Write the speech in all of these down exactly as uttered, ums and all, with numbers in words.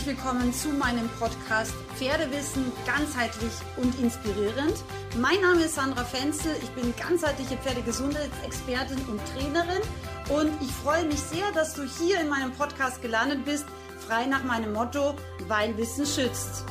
willkommen zu meinem Podcast Pferdewissen ganzheitlich und inspirierend. Mein Name ist Sandra Fenzel, ich bin ganzheitliche Pferdegesundheitsexpertin und Trainerin und ich freue mich sehr, dass du hier in meinem Podcast gelandet bist, frei nach meinem Motto, weil Wissen schützt.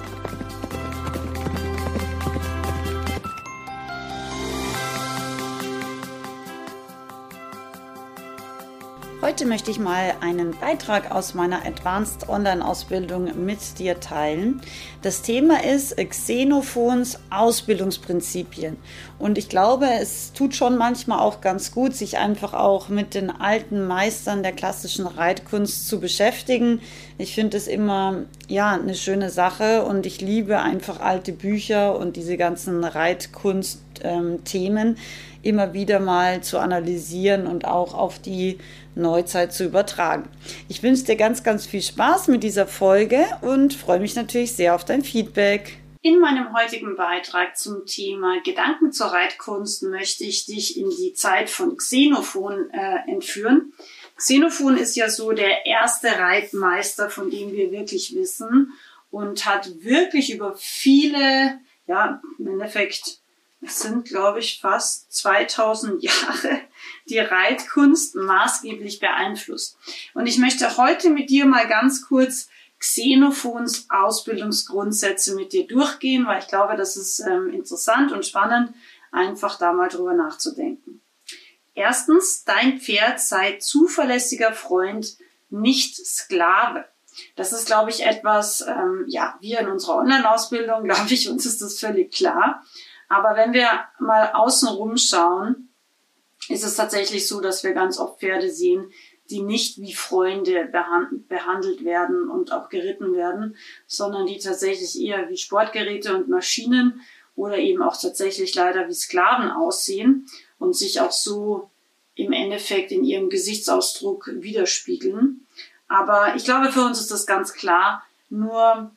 Heute möchte ich mal einen Beitrag aus meiner Advanced Online-Ausbildung mit dir teilen. Das Thema ist Xenophons Ausbildungsprinzipien. Und ich glaube, es tut schon manchmal auch ganz gut, sich einfach auch mit den alten Meistern der klassischen Reitkunst zu beschäftigen. Ich finde es immer ja eine schöne Sache und ich liebe einfach alte Bücher und diese ganzen Reitkunst-Themen immer wieder mal zu analysieren und auch auf die Neuzeit zu übertragen. Ich wünsche dir ganz, ganz viel Spaß mit dieser Folge und freue mich natürlich sehr auf dein Feedback. In meinem heutigen Beitrag zum Thema Gedanken zur Reitkunst möchte ich dich in die Zeit von Xenophon äh, entführen. Xenophon ist ja so der erste Reitmeister, von dem wir wirklich wissen und hat wirklich über viele, ja, im Endeffekt, es sind, glaube ich, fast zweitausend Jahre die Reitkunst maßgeblich beeinflusst. Und ich möchte heute mit dir mal ganz kurz Xenophons Ausbildungsgrundsätze mit dir durchgehen, weil ich glaube, das ist ähm, interessant und spannend, einfach da mal drüber nachzudenken. Erstens, dein Pferd sei zuverlässiger Freund, nicht Sklave. Das ist, glaube ich, etwas, ähm, ja, wir in unserer Online-Ausbildung, glaube ich, uns ist das völlig klar. Aber wenn wir mal außen rumschauen, ist es tatsächlich so, dass wir ganz oft Pferde sehen, die nicht wie Freunde behandelt werden und auch geritten werden, sondern die tatsächlich eher wie Sportgeräte und Maschinen oder eben auch tatsächlich leider wie Sklaven aussehen und sich auch so im Endeffekt in ihrem Gesichtsausdruck widerspiegeln. Aber ich glaube, für uns ist das ganz klar, nur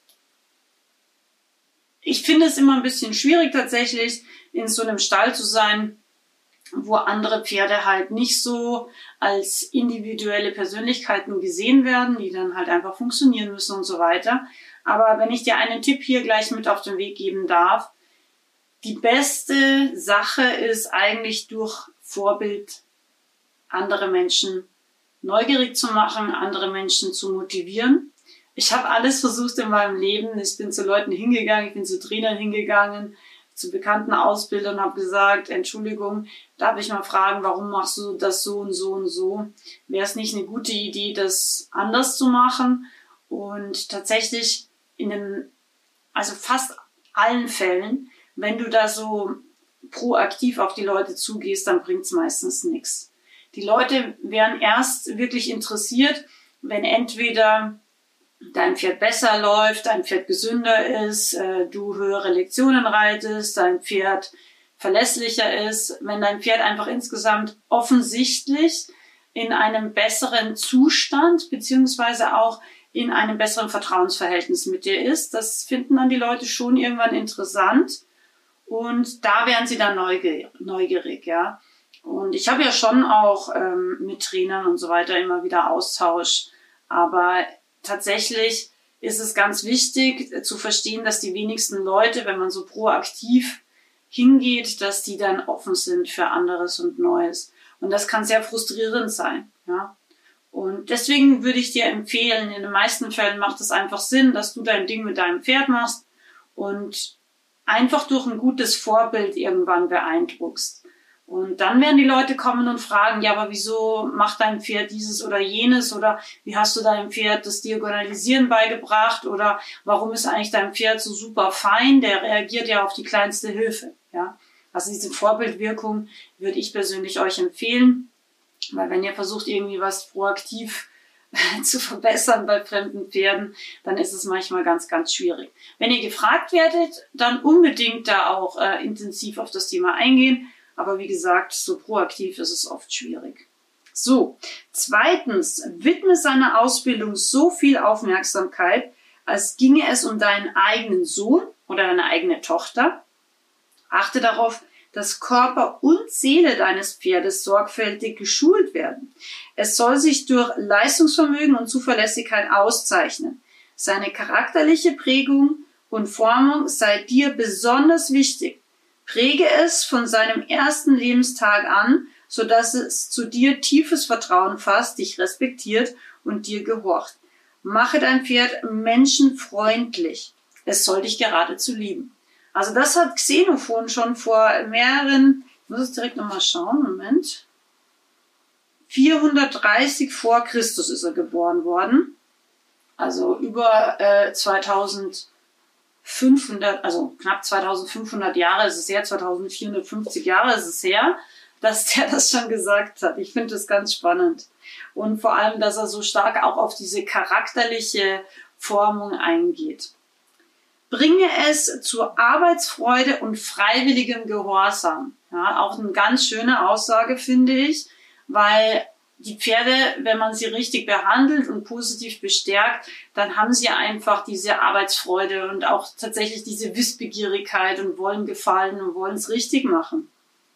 ich finde es immer ein bisschen schwierig tatsächlich, in so einem Stall zu sein, wo andere Pferde halt nicht so als individuelle Persönlichkeiten gesehen werden, die dann halt einfach funktionieren müssen und so weiter. Aber wenn ich dir einen Tipp hier gleich mit auf den Weg geben darf, die beste Sache ist eigentlich durch Vorbild andere Menschen neugierig zu machen, andere Menschen zu motivieren. Ich habe alles versucht in meinem Leben. Ich bin zu Leuten hingegangen, ich bin zu Trainern hingegangen, zu bekannten Ausbildern und habe gesagt, Entschuldigung, darf ich mal fragen, warum machst du das so und so und so? Wäre es nicht eine gute Idee, das anders zu machen? Und tatsächlich in den, also fast allen Fällen, wenn du da so proaktiv auf die Leute zugehst, dann bringt es meistens nichts. Die Leute werden erst wirklich interessiert, wenn entweder dein Pferd besser läuft, dein Pferd gesünder ist, äh, du höhere Lektionen reitest, dein Pferd verlässlicher ist, wenn dein Pferd einfach insgesamt offensichtlich in einem besseren Zustand beziehungsweise auch in einem besseren Vertrauensverhältnis mit dir ist. Das finden dann die Leute schon irgendwann interessant und da werden sie dann neugierig, neugierig ja. Und ich habe ja schon auch ähm, mit Trainern und so weiter immer wieder Austausch, aber tatsächlich ist es ganz wichtig zu verstehen, dass die wenigsten Leute, wenn man so proaktiv hingeht, dass die dann offen sind für anderes und Neues. Und das kann sehr frustrierend sein. Ja? Und deswegen würde ich dir empfehlen, in den meisten Fällen macht es einfach Sinn, dass du dein Ding mit deinem Pferd machst und einfach durch ein gutes Vorbild irgendwann beeindruckst. Und dann werden die Leute kommen und fragen, ja, aber wieso macht dein Pferd dieses oder jenes oder wie hast du deinem Pferd das Diagonalisieren beigebracht oder warum ist eigentlich dein Pferd so super fein, der reagiert ja auf die kleinste Hilfe, ja. Also diese Vorbildwirkung würde ich persönlich euch empfehlen, weil wenn ihr versucht irgendwie was proaktiv zu verbessern bei fremden Pferden, dann ist es manchmal ganz, ganz schwierig. Wenn ihr gefragt werdet, dann unbedingt da auch äh, intensiv auf das Thema eingehen. Aber wie gesagt, so proaktiv ist es oft schwierig. So, zweitens, widme seiner Ausbildung so viel Aufmerksamkeit, als ginge es um deinen eigenen Sohn oder deine eigene Tochter. Achte darauf, dass Körper und Seele deines Pferdes sorgfältig geschult werden. Es soll sich durch Leistungsvermögen und Zuverlässigkeit auszeichnen. Seine charakterliche Prägung und Formung sei dir besonders wichtig. Präge es von seinem ersten Lebenstag an, sodass es zu dir tiefes Vertrauen fasst, dich respektiert und dir gehorcht. Mache dein Pferd menschenfreundlich. Es soll dich geradezu lieben. Also das hat Xenophon schon vor mehreren, ich muss es direkt nochmal schauen, Moment, vierhundertdreißig vor Christus ist er geboren worden. Also über äh, zweitausendfünfhundert, also knapp zweitausendfünfhundert Jahre ist es her, zweitausendvierhundertfünfzig Jahre ist es her, dass der das schon gesagt hat. Ich finde das ganz spannend. Und vor allem, dass er so stark auch auf diese charakterliche Formung eingeht. Bringe es zur Arbeitsfreude und freiwilligem Gehorsam. Ja, auch eine ganz schöne Aussage, finde ich, weil die Pferde, wenn man sie richtig behandelt und positiv bestärkt, dann haben sie einfach diese Arbeitsfreude und auch tatsächlich diese Wissbegierigkeit und wollen gefallen und wollen es richtig machen.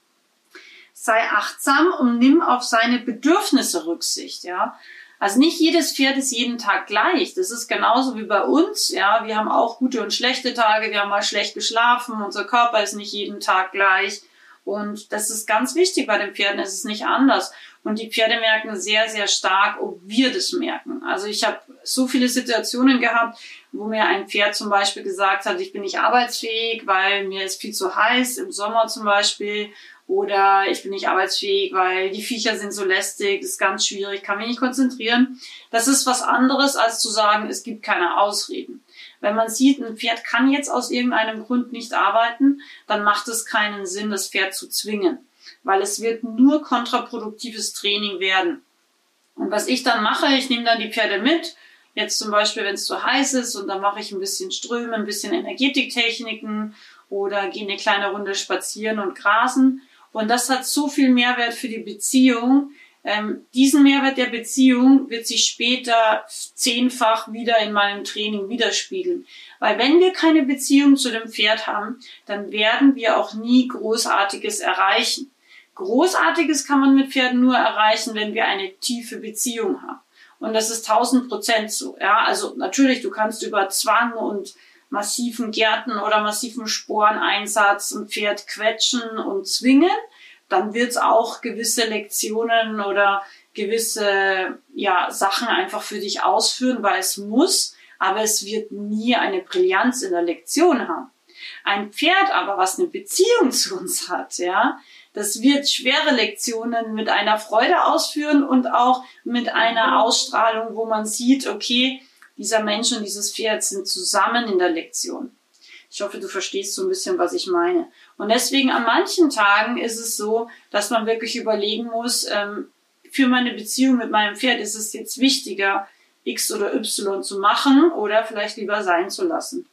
Sei achtsam und nimm auf seine Bedürfnisse Rücksicht, ja. Also nicht jedes Pferd ist jeden Tag gleich. Das ist genauso wie bei uns, ja. Wir haben auch gute und schlechte Tage. Wir haben mal schlecht geschlafen. Unser Körper ist nicht jeden Tag gleich. Und das ist ganz wichtig. Bei den Pferden ist es nicht anders. Und die Pferde merken sehr, sehr stark, ob wir das merken. Also ich habe so viele Situationen gehabt, wo mir ein Pferd zum Beispiel gesagt hat, ich bin nicht arbeitsfähig, weil mir ist viel zu heiß, im Sommer zum Beispiel. Oder ich bin nicht arbeitsfähig, weil die Viecher sind so lästig, ist ganz schwierig, kann mich nicht konzentrieren. Das ist was anderes, als zu sagen, es gibt keine Ausreden. Wenn man sieht, ein Pferd kann jetzt aus irgendeinem Grund nicht arbeiten, dann macht es keinen Sinn, das Pferd zu zwingen. Weil es wird nur kontraproduktives Training werden. Und was ich dann mache, ich nehme dann die Pferde mit. Jetzt zum Beispiel, wenn es zu heiß ist und dann mache ich ein bisschen Ströme, ein bisschen Energetiktechniken oder gehe eine kleine Runde spazieren und grasen. Und das hat so viel Mehrwert für die Beziehung. Ähm, diesen Mehrwert der Beziehung wird sich später zehnfach wieder in meinem Training widerspiegeln. Weil wenn wir keine Beziehung zu dem Pferd haben, dann werden wir auch nie Großartiges erreichen. Großartiges kann man mit Pferden nur erreichen, wenn wir eine tiefe Beziehung haben. Und das ist tausend Prozent so. Ja, also natürlich, du kannst über Zwang und massiven Gärten oder massiven Sporeneinsatz ein Pferd quetschen und zwingen, dann wird es auch gewisse Lektionen oder gewisse ja, Sachen einfach für dich ausführen, weil es muss, aber es wird nie eine Brillanz in der Lektion haben. Ein Pferd aber, was eine Beziehung zu uns hat, ja, das wird schwere Lektionen mit einer Freude ausführen und auch mit einer Ausstrahlung, wo man sieht, okay, dieser Mensch und dieses Pferd sind zusammen in der Lektion. Ich hoffe, du verstehst so ein bisschen, was ich meine. Und deswegen an manchen Tagen ist es so, dass man wirklich überlegen muss, ähm, für meine Beziehung mit meinem Pferd ist es jetzt wichtiger, X oder Y zu machen oder vielleicht lieber sein zu lassen.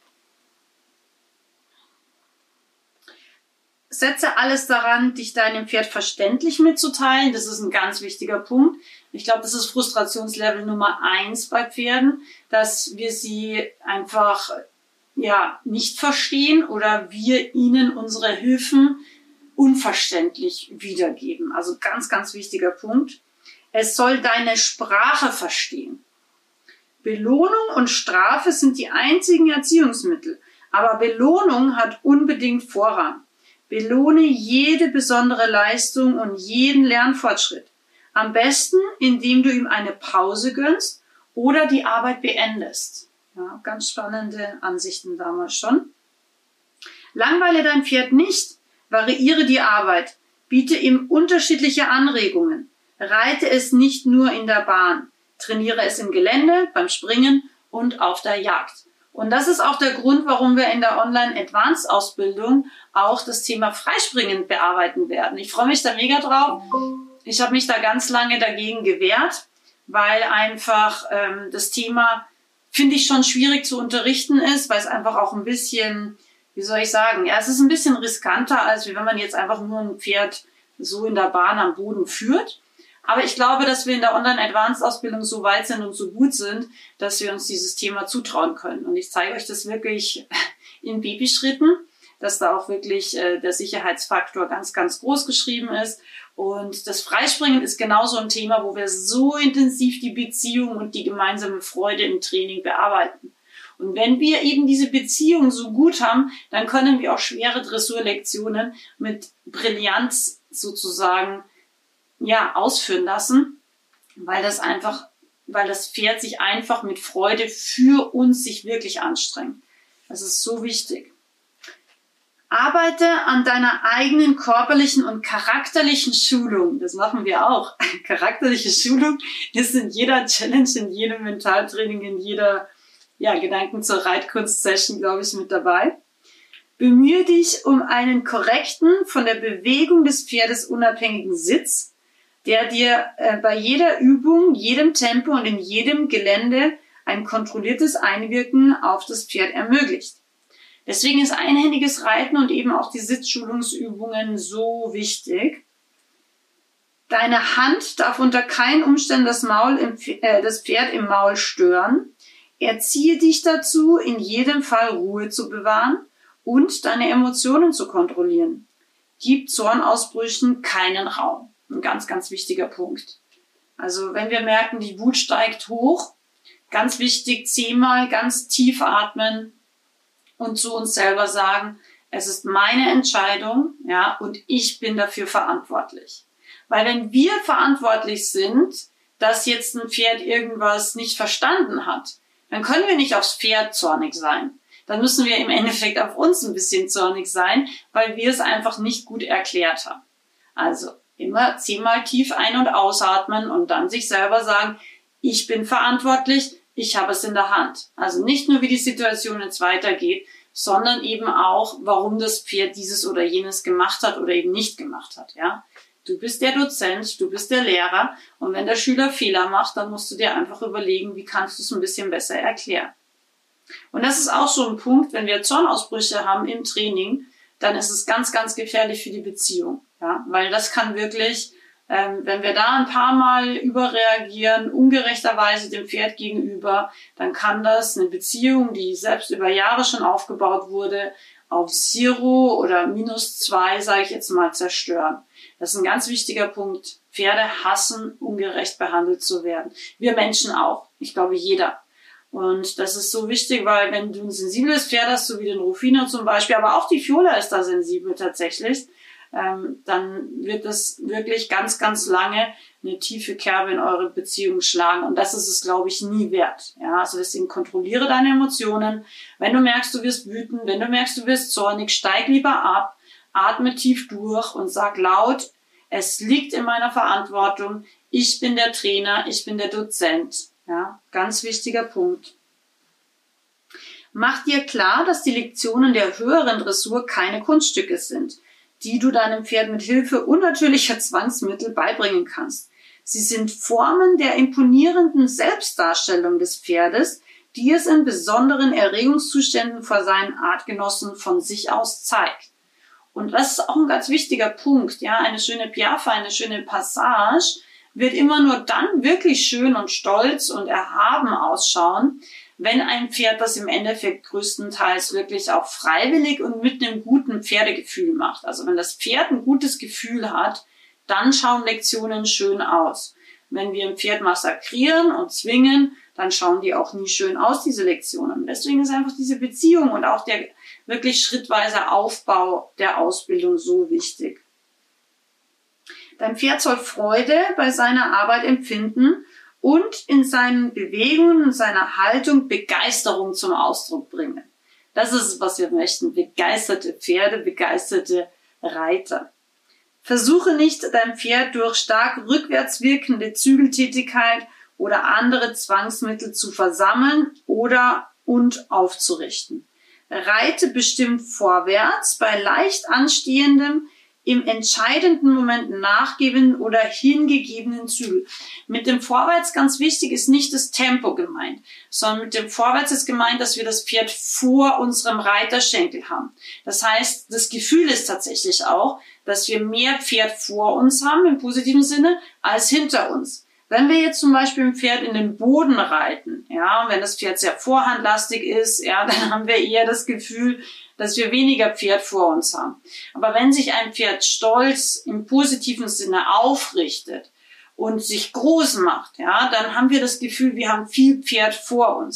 Setze alles daran, dich deinem Pferd verständlich mitzuteilen. Das ist ein ganz wichtiger Punkt. Ich glaube, das ist Frustrationslevel Nummer eins bei Pferden, dass wir sie einfach ja nicht verstehen oder wir ihnen unsere Hilfen unverständlich wiedergeben. Also ganz, ganz wichtiger Punkt. Es soll deine Sprache verstehen. Belohnung und Strafe sind die einzigen Erziehungsmittel, aber Belohnung hat unbedingt Vorrang. Belohne jede besondere Leistung und jeden Lernfortschritt. Am besten, indem du ihm eine Pause gönnst oder die Arbeit beendest. Ja, ganz spannende Ansichten damals schon. Langweile dein Pferd nicht, variiere die Arbeit, biete ihm unterschiedliche Anregungen, reite es nicht nur in der Bahn, trainiere es im Gelände, beim Springen und auf der Jagd. Und das ist auch der Grund, warum wir in der Online-Advanced-Ausbildung auch das Thema Freispringen bearbeiten werden. Ich freue mich da mega drauf. Ich habe mich da ganz lange dagegen gewehrt, weil einfach ähm, das Thema, finde ich, schon schwierig zu unterrichten ist, weil es einfach auch ein bisschen, wie soll ich sagen, ja, es ist ein bisschen riskanter, als wenn man jetzt einfach nur ein Pferd so in der Bahn am Boden führt. Aber ich glaube, dass wir in der Online-Advanced-Ausbildung so weit sind und so gut sind, dass wir uns dieses Thema zutrauen können. Und ich zeige euch das wirklich in Babyschritten, dass da auch wirklich äh, der Sicherheitsfaktor ganz, ganz groß geschrieben ist. Und das Freispringen ist genauso ein Thema, wo wir so intensiv die Beziehung und die gemeinsame Freude im Training bearbeiten. Und wenn wir eben diese Beziehung so gut haben, dann können wir auch schwere Dressurlektionen mit Brillanz sozusagen, ja, ausführen lassen, weil das einfach, weil das Pferd sich einfach mit Freude für uns sich wirklich anstrengt. Das ist so wichtig. Arbeite an deiner eigenen körperlichen und charakterlichen Schulung. Das machen wir auch. Charakterliche Schulung ist in jeder Challenge, in jedem Mentaltraining, in jeder, ja, Gedanken zur Reitkunst-Session, glaube ich, mit dabei. Bemühe dich um einen korrekten, von der Bewegung des Pferdes unabhängigen Sitz, der dir äh, bei jeder Übung, jedem Tempo und in jedem Gelände ein kontrolliertes Einwirken auf das Pferd ermöglicht. Deswegen ist einhändiges Reiten und eben auch die Sitzschulungsübungen so wichtig. Deine Hand darf unter keinen Umständen das, Maul im, äh, das Pferd im Maul stören. Erziehe dich dazu, in jedem Fall Ruhe zu bewahren und deine Emotionen zu kontrollieren. Gib Zornausbrüchen keinen Raum. Ein ganz, ganz wichtiger Punkt. Also wenn wir merken, die Wut steigt hoch, ganz wichtig, zehnmal ganz tief atmen und zu uns selber sagen, es ist meine Entscheidung, ja, und ich bin dafür verantwortlich. Weil wenn wir verantwortlich sind, dass jetzt ein Pferd irgendwas nicht verstanden hat, dann können wir nicht aufs Pferd zornig sein. Dann müssen wir im Endeffekt auf uns ein bisschen zornig sein, weil wir es einfach nicht gut erklärt haben. Also immer zehnmal tief ein- und ausatmen und dann sich selber sagen, ich bin verantwortlich, ich habe es in der Hand. Also nicht nur, wie die Situation jetzt weitergeht, sondern eben auch, warum das Pferd dieses oder jenes gemacht hat oder eben nicht gemacht hat. Ja, du bist der Dozent, du bist der Lehrer und wenn der Schüler Fehler macht, dann musst du dir einfach überlegen, wie kannst du es ein bisschen besser erklären. Und das ist auch so ein Punkt, wenn wir Zornausbrüche haben im Training, dann ist es ganz, ganz gefährlich für die Beziehung. Ja, weil das kann wirklich, ähm, wenn wir da ein paar Mal überreagieren, ungerechterweise dem Pferd gegenüber, dann kann das eine Beziehung, die selbst über Jahre schon aufgebaut wurde, auf Zero oder minus zwei, sage ich jetzt mal, zerstören. Das ist ein ganz wichtiger Punkt. Pferde hassen, ungerecht behandelt zu werden. Wir Menschen auch. Ich glaube, jeder. Und das ist so wichtig, weil wenn du ein sensibles Pferd hast, so wie den Rufino zum Beispiel, aber auch die Fiola ist da sensibel tatsächlich, ähm, dann wird das wirklich ganz, ganz lange eine tiefe Kerbe in eure Beziehung schlagen. Und das ist es, glaube ich, nie wert. Ja, also deswegen kontrolliere deine Emotionen. Wenn du merkst, du wirst wütend, wenn du merkst, du wirst zornig, steig lieber ab, atme tief durch und sag laut, es liegt in meiner Verantwortung, ich bin der Trainer, ich bin der Dozent. Ja, ganz wichtiger Punkt. Mach dir klar, dass die Lektionen der höheren Dressur keine Kunststücke sind, die du deinem Pferd mit Hilfe unnatürlicher Zwangsmittel beibringen kannst. Sie sind Formen der imponierenden Selbstdarstellung des Pferdes, die es in besonderen Erregungszuständen vor seinen Artgenossen von sich aus zeigt. Und das ist auch ein ganz wichtiger Punkt. Ja, eine schöne Piaffe, eine schöne Passage wird immer nur dann wirklich schön und stolz und erhaben ausschauen, wenn ein Pferd das im Endeffekt größtenteils wirklich auch freiwillig und mit einem guten Pferdegefühl macht. Also wenn das Pferd ein gutes Gefühl hat, dann schauen Lektionen schön aus. Wenn wir ein Pferd massakrieren und zwingen, dann schauen die auch nie schön aus, diese Lektionen. Deswegen ist einfach diese Beziehung und auch der wirklich schrittweise Aufbau der Ausbildung so wichtig. Dein Pferd soll Freude bei seiner Arbeit empfinden und in seinen Bewegungen und seiner Haltung Begeisterung zum Ausdruck bringen. Das ist es, was wir möchten. Begeisterte Pferde, begeisterte Reiter. Versuche nicht, dein Pferd durch stark rückwärts wirkende Zügeltätigkeit oder andere Zwangsmittel zu versammeln oder und aufzurichten. Reite bestimmt vorwärts bei leicht anstehendem, im entscheidenden Moment nachgeben oder hingegebenen Zügel. Mit dem Vorwärts ganz wichtig ist nicht das Tempo gemeint, sondern mit dem Vorwärts ist gemeint, dass wir das Pferd vor unserem Reiterschenkel haben. Das heißt, das Gefühl ist tatsächlich auch, dass wir mehr Pferd vor uns haben im positiven Sinne als hinter uns. Wenn wir jetzt zum Beispiel ein Pferd in den Boden reiten, ja, wenn das Pferd sehr vorhandlastig ist, ja, dann haben wir eher das Gefühl, dass wir weniger Pferd vor uns haben. Aber wenn sich ein Pferd stolz im positiven Sinne aufrichtet und sich groß macht, ja, dann haben wir das Gefühl, wir haben viel Pferd vor uns.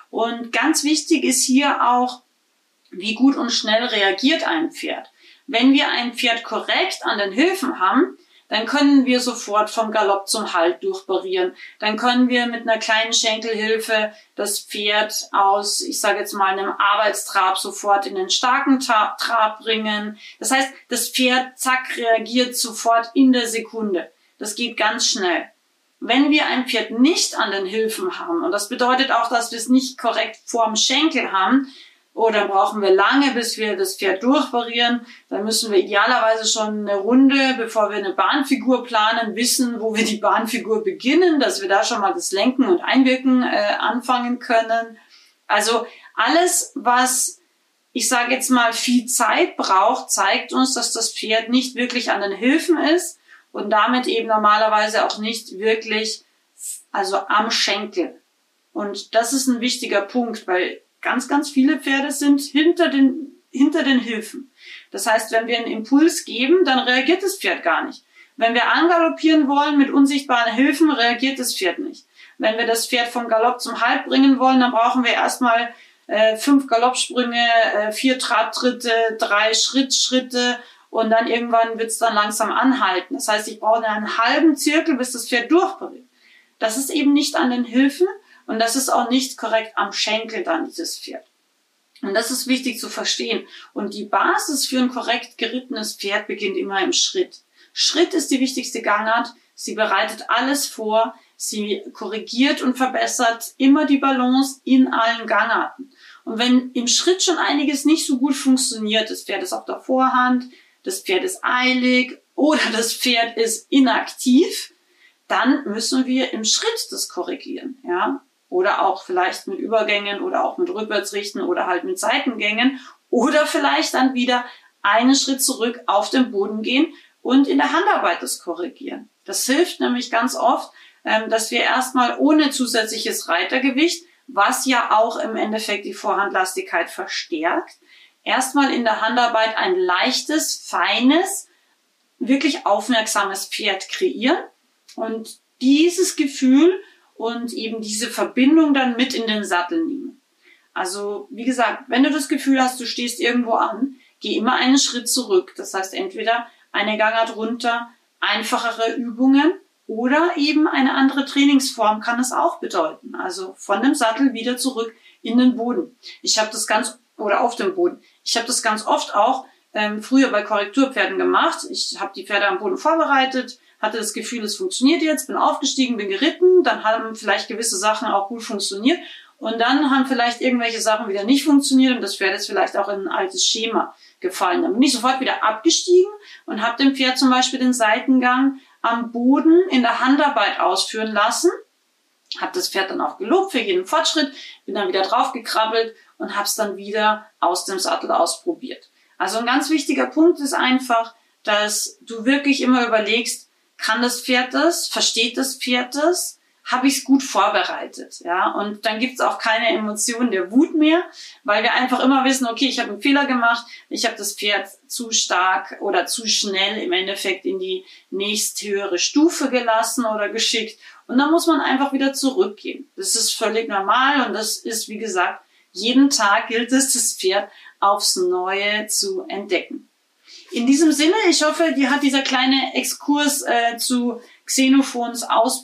Und ganz wichtig ist hier auch, wie gut und schnell reagiert ein Pferd. Wenn wir ein Pferd korrekt an den Hilfen haben, dann können wir sofort vom Galopp zum Halt durchparieren. Dann können wir mit einer kleinen Schenkelhilfe das Pferd aus, ich sage jetzt mal, einem Arbeitstrab sofort in den starken Trab bringen. Das heißt, das Pferd, zack, reagiert sofort in der Sekunde. Das geht ganz schnell. Wenn wir ein Pferd nicht an den Hilfen haben, und das bedeutet auch, dass wir es nicht korrekt vorm Schenkel haben, oh, dann brauchen wir lange, bis wir das Pferd durchparieren. Dann müssen wir idealerweise schon eine Runde, bevor wir eine Bahnfigur planen, wissen, wo wir die Bahnfigur beginnen, dass wir da schon mal das Lenken und Einwirken äh, anfangen können. Also alles, was, ich sage jetzt mal, viel Zeit braucht, zeigt uns, dass das Pferd nicht wirklich an den Hilfen ist und damit eben normalerweise auch nicht wirklich, also am Schenkel. Und das ist ein wichtiger Punkt, weil ganz, ganz viele Pferde sind hinter den, hinter den Hilfen. Das heißt, wenn wir einen Impuls geben, dann reagiert das Pferd gar nicht. Wenn wir angaloppieren wollen mit unsichtbaren Hilfen, reagiert das Pferd nicht. Wenn wir das Pferd vom Galopp zum Halt bringen wollen, dann brauchen wir erstmal äh, fünf Galoppsprünge, äh, vier Trabtritte, drei Schrittschritte und dann irgendwann wird's dann langsam anhalten. Das heißt, ich brauche einen halben Zirkel, bis das Pferd durchpariert. Das ist eben nicht an den Hilfen. Und das ist auch nicht korrekt am Schenkel dann, dieses Pferd. Und das ist wichtig zu verstehen. Und die Basis für ein korrekt gerittenes Pferd beginnt immer im Schritt. Schritt ist die wichtigste Gangart. Sie bereitet alles vor. Sie korrigiert und verbessert immer die Balance in allen Gangarten. Und wenn im Schritt schon einiges nicht so gut funktioniert, das Pferd ist auf der Vorhand, das Pferd ist eilig oder das Pferd ist inaktiv, dann müssen wir im Schritt das korrigieren, ja. Oder auch vielleicht mit Übergängen oder auch mit Rückwärtsrichten oder halt mit Seitengängen oder vielleicht dann wieder einen Schritt zurück auf den Boden gehen und in der Handarbeit das korrigieren. Das hilft nämlich ganz oft, dass wir erstmal ohne zusätzliches Reitergewicht, was ja auch im Endeffekt die Vorhandlastigkeit verstärkt, erstmal in der Handarbeit ein leichtes, feines, wirklich aufmerksames Pferd kreieren und dieses Gefühl und eben diese Verbindung dann mit in den Sattel nehmen. Also, wie gesagt, wenn du das Gefühl hast, du stehst irgendwo an, geh immer einen Schritt zurück. Das heißt, entweder eine Gangart runter, einfachere Übungen oder eben eine andere Trainingsform kann es auch bedeuten. Also von dem Sattel wieder zurück in den Boden. Ich habe das ganz, oder auf dem Boden. Ich habe das ganz oft auch ähm, früher bei Korrekturpferden gemacht. Ich habe die Pferde am Boden vorbereitet, hatte das Gefühl, es funktioniert jetzt, bin aufgestiegen, bin geritten, dann haben vielleicht gewisse Sachen auch gut funktioniert und dann haben vielleicht irgendwelche Sachen wieder nicht funktioniert und das Pferd ist vielleicht auch in ein altes Schema gefallen. Dann bin ich sofort wieder abgestiegen und habe dem Pferd zum Beispiel den Seitengang am Boden in der Handarbeit ausführen lassen, habe das Pferd dann auch gelobt für jeden Fortschritt, bin dann wieder draufgekrabbelt und habe es dann wieder aus dem Sattel ausprobiert. Also ein ganz wichtiger Punkt ist einfach, dass du wirklich immer überlegst, kann das Pferd das? Versteht das Pferd das? Habe ich es gut vorbereitet? Ja, und dann gibt's auch keine Emotionen der Wut mehr, weil wir einfach immer wissen, okay, ich habe einen Fehler gemacht, ich habe das Pferd zu stark oder zu schnell im Endeffekt in die nächsthöhere Stufe gelassen oder geschickt. Und dann muss man einfach wieder zurückgehen. Das ist völlig normal und das ist, wie gesagt, jeden Tag gilt es, das Pferd aufs Neue zu entdecken. In diesem Sinne, ich hoffe, dir hat dieser kleine Exkurs äh, zu Xenophons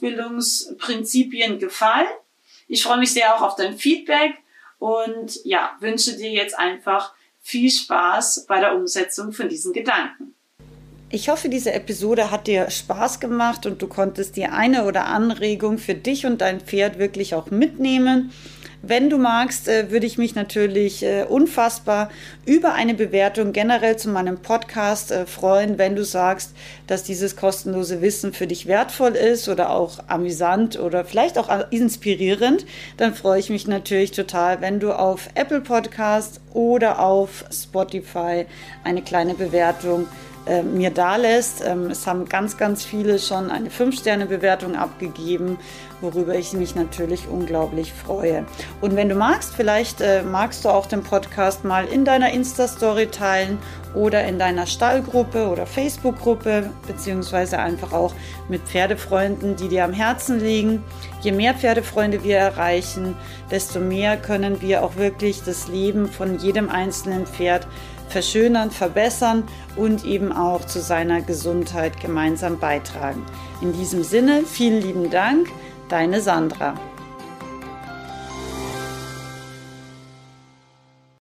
Ausbildungsprinzipien gefallen. Ich freue mich sehr auch auf dein Feedback und ja, wünsche dir jetzt einfach viel Spaß bei der Umsetzung von diesen Gedanken. Ich hoffe, diese Episode hat dir Spaß gemacht und du konntest dir eine oder Anregung für dich und dein Pferd wirklich auch mitnehmen. Wenn du magst, würde ich mich natürlich unfassbar über eine Bewertung generell zu meinem Podcast freuen, wenn du sagst, dass dieses kostenlose Wissen für dich wertvoll ist oder auch amüsant oder vielleicht auch inspirierend. Dann freue ich mich natürlich total, wenn du auf Apple Podcast oder auf Spotify eine kleine Bewertung äh, mir dalässt. Ähm, es haben ganz, ganz viele schon eine fünf Sterne Bewertung abgegeben, worüber ich mich natürlich unglaublich freue. Und wenn du magst, vielleicht äh, magst du auch den Podcast mal in deiner Insta-Story teilen oder in deiner Stallgruppe oder Facebook-Gruppe, beziehungsweise einfach auch mit Pferdefreunden, die dir am Herzen liegen. Je mehr Pferdefreunde wir erreichen, desto mehr können wir auch wirklich das Leben von jedem einzelnen Pferd verschönern, verbessern und eben auch zu seiner Gesundheit gemeinsam beitragen. In diesem Sinne, vielen lieben Dank, deine Sandra.